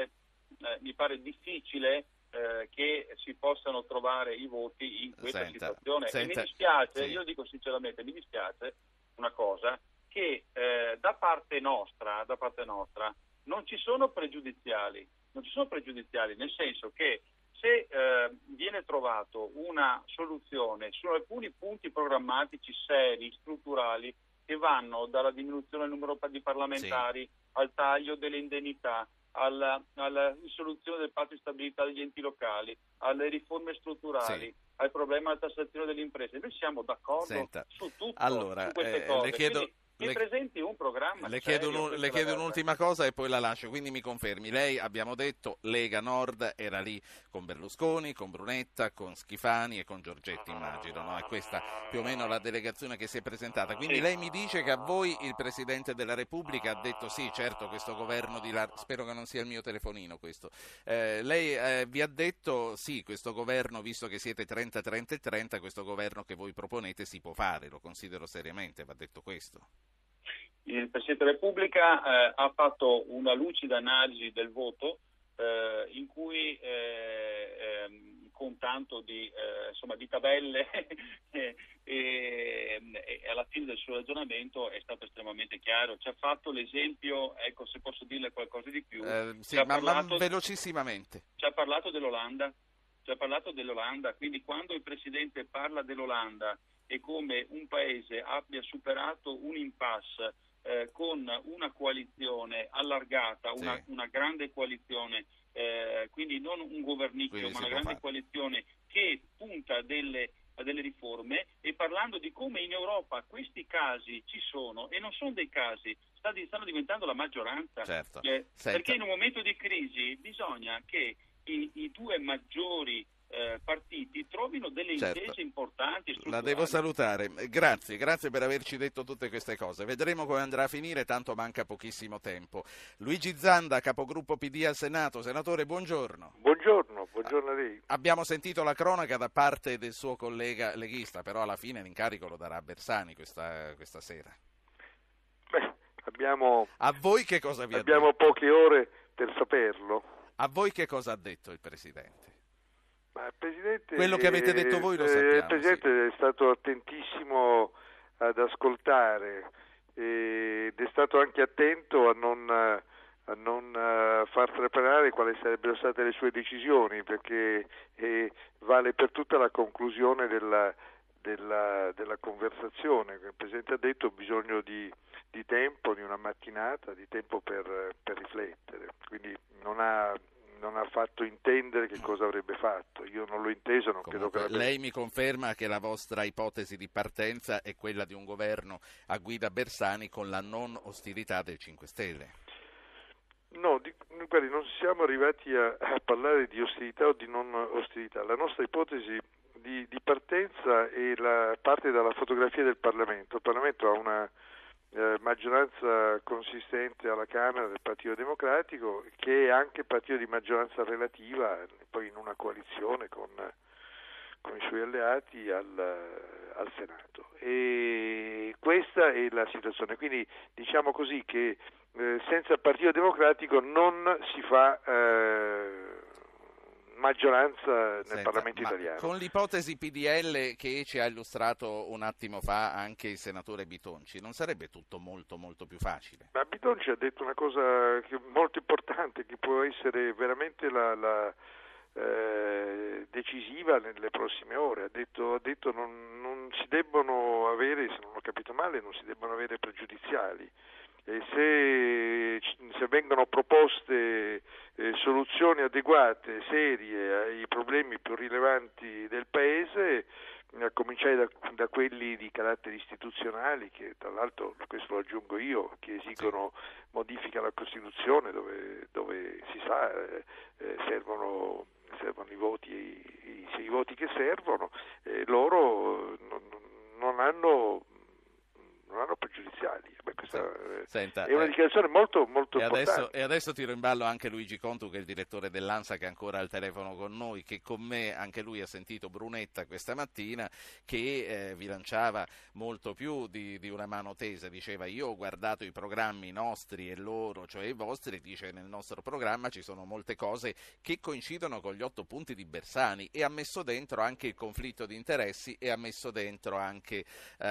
difficile che si possano trovare i voti in questa situazione. E mi dispiace, io dico sinceramente, mi dispiace una cosa, che da parte nostra non ci sono pregiudiziali, nel senso che se viene trovato una soluzione su alcuni punti programmatici seri, strutturali, che vanno dalla diminuzione del numero di parlamentari al taglio delle indennità, alla risoluzione del patto di stabilità degli enti locali, alle riforme strutturali, al problema della tassazione delle imprese, noi siamo d'accordo su tutto, su queste cose. Mi presenti un programma. Le chiedo un'ultima cosa e poi la lascio, quindi mi confermi. Lei, abbiamo detto, Lega Nord era lì con Berlusconi, con Brunetta, con Schifani e con Giorgetti, immagino, no? È questa più o meno la delegazione che si è presentata. Quindi lei mi dice che a voi il Presidente della Repubblica ha detto sì, certo, questo governo di spero che non sia il mio telefonino questo. Lei vi ha detto sì, questo governo, visto che siete 30-30-30, questo governo che voi proponete si può fare, lo considero seriamente, va detto questo. Il Presidente della Repubblica ha fatto una lucida analisi del voto in cui con tanto di tabelle e alla fine del suo ragionamento è stato estremamente chiaro. Ci ha fatto l'esempio, ecco, se posso dirle qualcosa di più. Ma velocissimamente. Ci ha parlato dell'Olanda, quindi quando il Presidente parla dell'Olanda e come un paese abbia superato un impasse con una coalizione allargata, una grande coalizione, quindi non un governicchio, ma una grande coalizione che punta a delle riforme, e parlando di come in Europa questi casi ci sono e non sono dei casi, stanno diventando la maggioranza, perché in un momento di crisi bisogna che i due maggiori partiti trovino delle intese importanti. La devo salutare, grazie per averci detto tutte queste cose. Vedremo come andrà a finire, tanto manca pochissimo tempo. Luigi Zanda, capogruppo PD al Senato. Senatore, buongiorno. Buongiorno a lei. Abbiamo sentito la cronaca da parte del suo collega leghista, però alla fine l'incarico lo darà Bersani questa sera. A voi che cosa vi ha detto? Abbiamo poche ore per saperlo. A voi che cosa ha detto il Presidente? Ma il Presidente, quello che avete detto voi lo sappiamo. Il Presidente è stato attentissimo ad ascoltare ed è stato anche attento a non far trapelare quali sarebbero state le sue decisioni, perché vale per tutta la conclusione della conversazione. Il Presidente ha detto bisogno di tempo, di una mattinata, di tempo per riflettere, quindi non ha fatto intendere che cosa avrebbe fatto. Io non l'ho inteso, non credo che lei mi conferma che la vostra ipotesi di partenza è quella di un governo a guida Bersani con la non ostilità del 5 Stelle? No, guardi, non siamo arrivati a parlare di ostilità o di non ostilità. La nostra ipotesi di partenza parte dalla fotografia del Parlamento. Il Parlamento ha una maggioranza consistente alla Camera del Partito Democratico, che è anche partito di maggioranza relativa, poi in una coalizione con con i suoi alleati al Senato. E questa è la situazione, quindi diciamo così che senza il Partito Democratico non si fa maggioranza nel Parlamento italiano. Con l'ipotesi PDL che ci ha illustrato un attimo fa anche il senatore Bitonci, non sarebbe tutto molto molto più facile? Ma Bitonci ha detto una cosa molto importante, che può essere veramente decisiva nelle prossime ore. Ha detto non si debbono avere, se non ho capito male, non si debbono avere pregiudiziali. Se vengono proposte soluzioni adeguate, serie ai problemi più rilevanti del Paese, a cominciare da quelli di carattere istituzionali, che tra l'altro, questo lo aggiungo io, che esigono modifica alla Costituzione, dove si sa servono i voti, i voti che servono, loro non hanno pregiudiziali. Questa è una dichiarazione molto molto importante. E adesso tiro in ballo anche Luigi Contu, che è il direttore dell'ANSA, che è ancora al telefono con noi, che con me anche lui ha sentito Brunetta questa mattina, che vi lanciava molto più di una mano tesa. Diceva: io ho guardato i programmi nostri e loro, cioè i vostri, dice nel nostro programma ci sono molte cose che coincidono con gli 8 punti di Bersani, e ha messo dentro anche il conflitto di interessi e ha messo dentro anche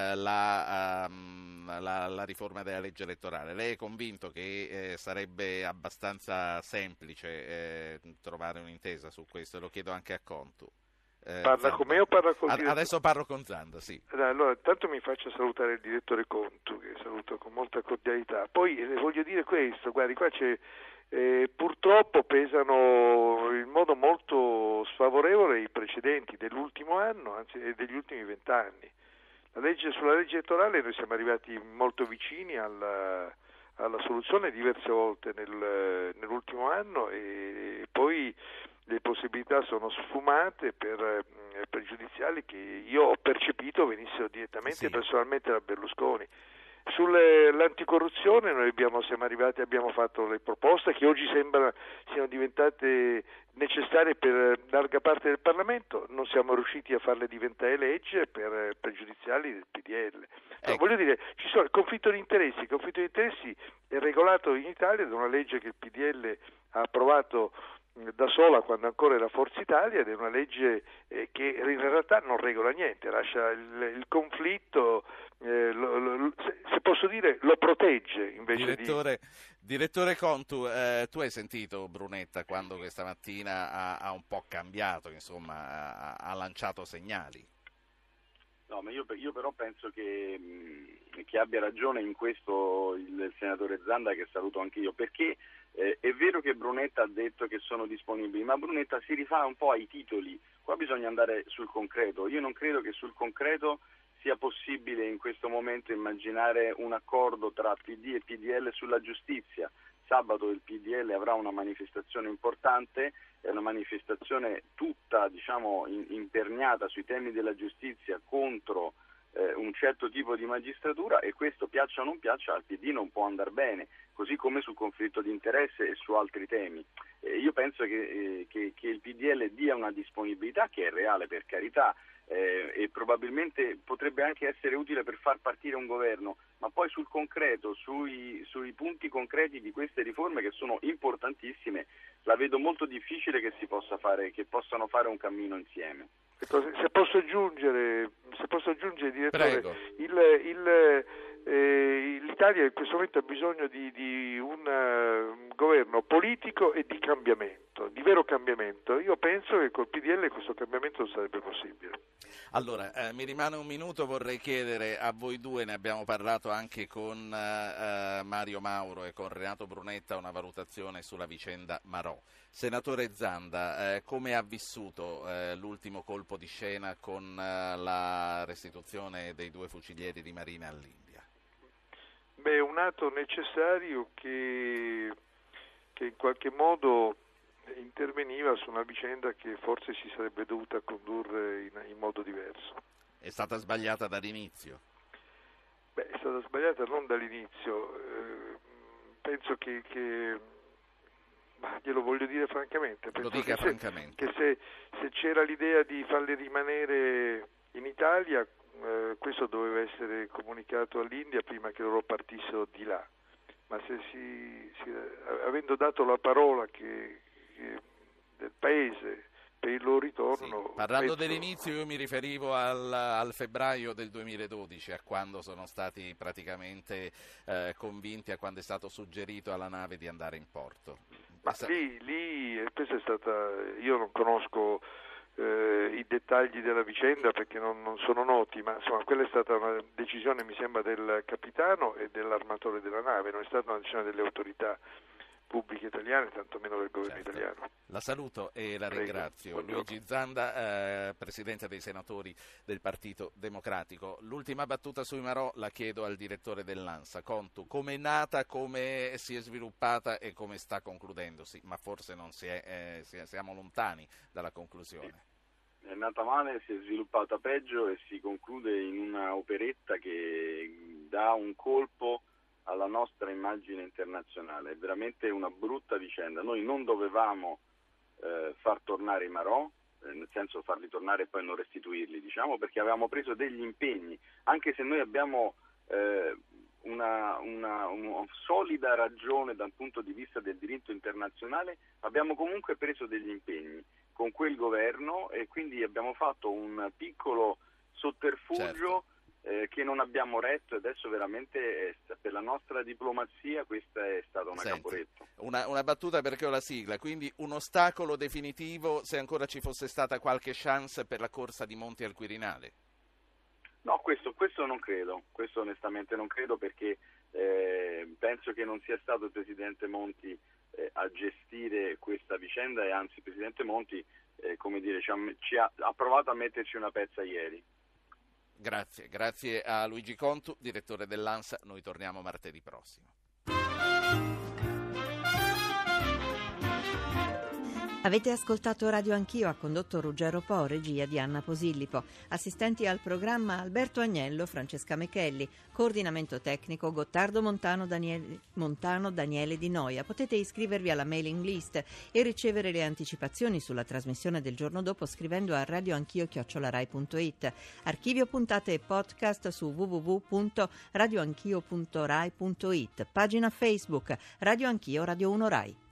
la riforma della legge elettorale. Lei è convinto che sarebbe abbastanza semplice trovare un'intesa su questo? Lo chiedo anche a Contu. Parla con me o parla con il Adesso parlo con Zanda, sì. Allora, intanto mi faccio salutare il direttore Contu, che saluto con molta cordialità. Poi le voglio dire questo, guardi, qua c'è purtroppo pesano in modo molto sfavorevole i precedenti dell'ultimo anno, anzi degli ultimi 20 anni. Sulla legge elettorale noi siamo arrivati molto vicini alla soluzione diverse volte nell'ultimo anno, e poi le possibilità sono sfumate per pregiudiziali che io ho percepito venissero direttamente e personalmente da Berlusconi. Sull'anticorruzione noi abbiamo fatto le proposte che oggi sembra siano diventate necessarie per larga parte del Parlamento, non siamo riusciti a farle diventare legge per pregiudiziali del PDL. Voglio dire, ci sono il conflitto di interessi. Il conflitto di interessi è regolato in Italia da una legge che il PDL ha approvato da sola quando ancora era Forza Italia, ed è una legge che in realtà non regola niente, lascia il conflitto, se posso dire, lo protegge invece Direttore Contu, tu hai sentito Brunetta quando questa mattina ha un po' cambiato, insomma, ha lanciato segnali? No, ma io però penso che abbia ragione in questo il senatore Zanda, che saluto anch'io, perché è vero che Brunetta ha detto che sono disponibili, ma Brunetta si rifà un po' ai titoli. Qua bisogna andare sul concreto. Io non credo che sul concreto sia possibile in questo momento immaginare un accordo tra PD e PDL sulla giustizia. Sabato il PDL avrà una manifestazione importante, è una manifestazione tutta, diciamo, imperniata sui temi della giustizia contro un certo tipo di magistratura, e questo, piaccia o non piaccia, al PD non può andare bene, così come sul conflitto di interesse e su altri temi. Io penso che il PDL dia una disponibilità che è reale, per carità, e probabilmente potrebbe anche essere utile per far partire un governo, ma poi sul concreto, sui punti concreti di queste riforme, che sono importantissime, la vedo molto difficile che possano fare un cammino insieme. Se posso aggiungere, direttore, l'Italia in questo momento ha bisogno di un governo politico e di cambiamento, di vero cambiamento. Io penso che col PDL questo cambiamento non sarebbe possibile. Allora, mi rimane un minuto, vorrei chiedere a voi due, ne abbiamo parlato anche con Mario Mauro e con Renato Brunetta, una valutazione sulla vicenda Marò. Senatore Zanda, come ha vissuto l'ultimo colpo di scena con la restituzione dei 2 fucilieri di Marina all'India? Beh, è un atto necessario che in qualche modo interveniva su una vicenda che forse si sarebbe dovuta condurre in modo diverso. È stata sbagliata dall'inizio? Beh, è stata sbagliata non dall'inizio, penso che Ma glielo voglio dire francamente. Lo dica francamente. Che se c'era l'idea di farle rimanere in Italia, questo doveva essere comunicato all'India prima che loro partissero di là. Ma se avendo dato la parola del paese per il loro ritorno... Sì, parlando dell'inizio, io mi riferivo al febbraio del 2012, a quando sono stati praticamente convinti, a quando è stato suggerito alla nave di andare in porto. Ma lì questa è stata... Io non conosco i dettagli della vicenda perché non sono noti, ma insomma quella è stata una decisione, mi sembra, del capitano e dell'armatore della nave, non è stata una decisione delle autorità pubbliche italiane, tantomeno del governo italiano. La saluto e la ringrazio. Luigi Zanda, presidente dei senatori del Partito Democratico. L'ultima battuta sui Marò la chiedo al direttore dell'ANSA, Contu. Come è nata, come si è sviluppata e come sta concludendosi? Ma forse non siamo lontani dalla conclusione. È nata male, si è sviluppata peggio e si conclude in una operetta che dà un colpo alla nostra immagine internazionale. È veramente una brutta vicenda. Noi non dovevamo far tornare i Marò, nel senso farli tornare e poi non restituirli, diciamo, perché avevamo preso degli impegni, anche se noi abbiamo una solida ragione dal punto di vista del diritto internazionale, abbiamo comunque preso degli impegni con quel governo e quindi abbiamo fatto un piccolo sotterfugio che non abbiamo retto, e adesso veramente per la nostra diplomazia questa è stata una Caporetto. Una battuta perché ho la sigla, quindi un ostacolo definitivo se ancora ci fosse stata qualche chance per la corsa di Monti al Quirinale? No, questo non credo, questo onestamente non credo, perché penso che non sia stato il Presidente Monti a gestire questa vicenda, e anzi il Presidente Monti ha provato a metterci una pezza ieri. Grazie a Luigi Contu, direttore dell'ANSA. Noi torniamo martedì prossimo. Avete ascoltato Radio Anch'io, ha condotto Ruggero Po, regia di Anna Posillipo. Assistenti al programma Alberto Agnello, Francesca Mechelli. Coordinamento tecnico Gottardo Montano, Daniele Di Noia. Potete iscrivervi alla mailing list e ricevere le anticipazioni sulla trasmissione del giorno dopo scrivendo a radioanchio@rai.it. Archivio puntate e podcast su www.radioanchio.rai.it. Pagina Facebook Radio Anch'io, Radio 1 Rai.